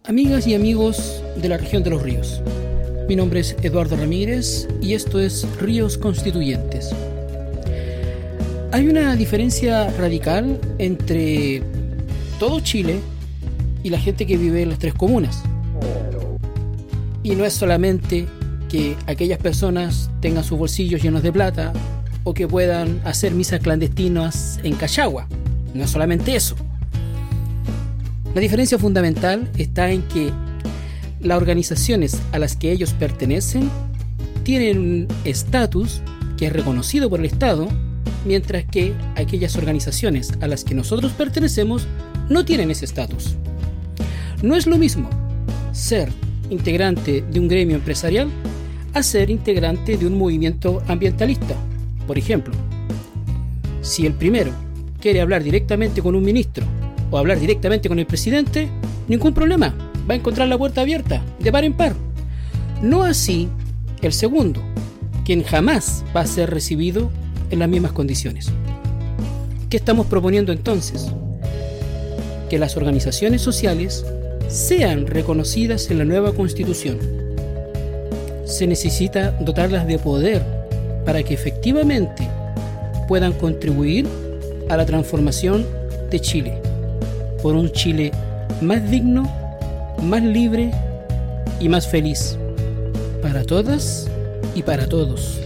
Amigas y amigos de la región de los ríos, mi nombre es Eduardo Ramírez y esto es Ríos Constituyentes. Hay una diferencia radical entre todo Chile y la gente que vive en las tres comunas. Y no es solamente que aquellas personas tengan sus bolsillos llenos de plata o que puedan hacer misas clandestinas en Cachagua. No es solamente eso. La diferencia fundamental está en que las organizaciones a las que ellos pertenecen tienen un estatus que es reconocido por el Estado, mientras que aquellas organizaciones a las que nosotros pertenecemos no tienen ese estatus. No es lo mismo ser integrante de un gremio empresarial a ser integrante de un movimiento ambientalista. Por ejemplo, si el primero quiere hablar directamente con un ministro o hablar directamente con el presidente, ningún problema, va a encontrar la puerta abierta, de par en par. No así el segundo, quien jamás va a ser recibido en las mismas condiciones. ¿Qué estamos proponiendo entonces? Que las organizaciones sociales sean reconocidas en la nueva Constitución. Se necesita dotarlas de poder para que efectivamente puedan contribuir a la transformación de Chile, por un Chile más digno, más libre y más feliz, para todas y para todos.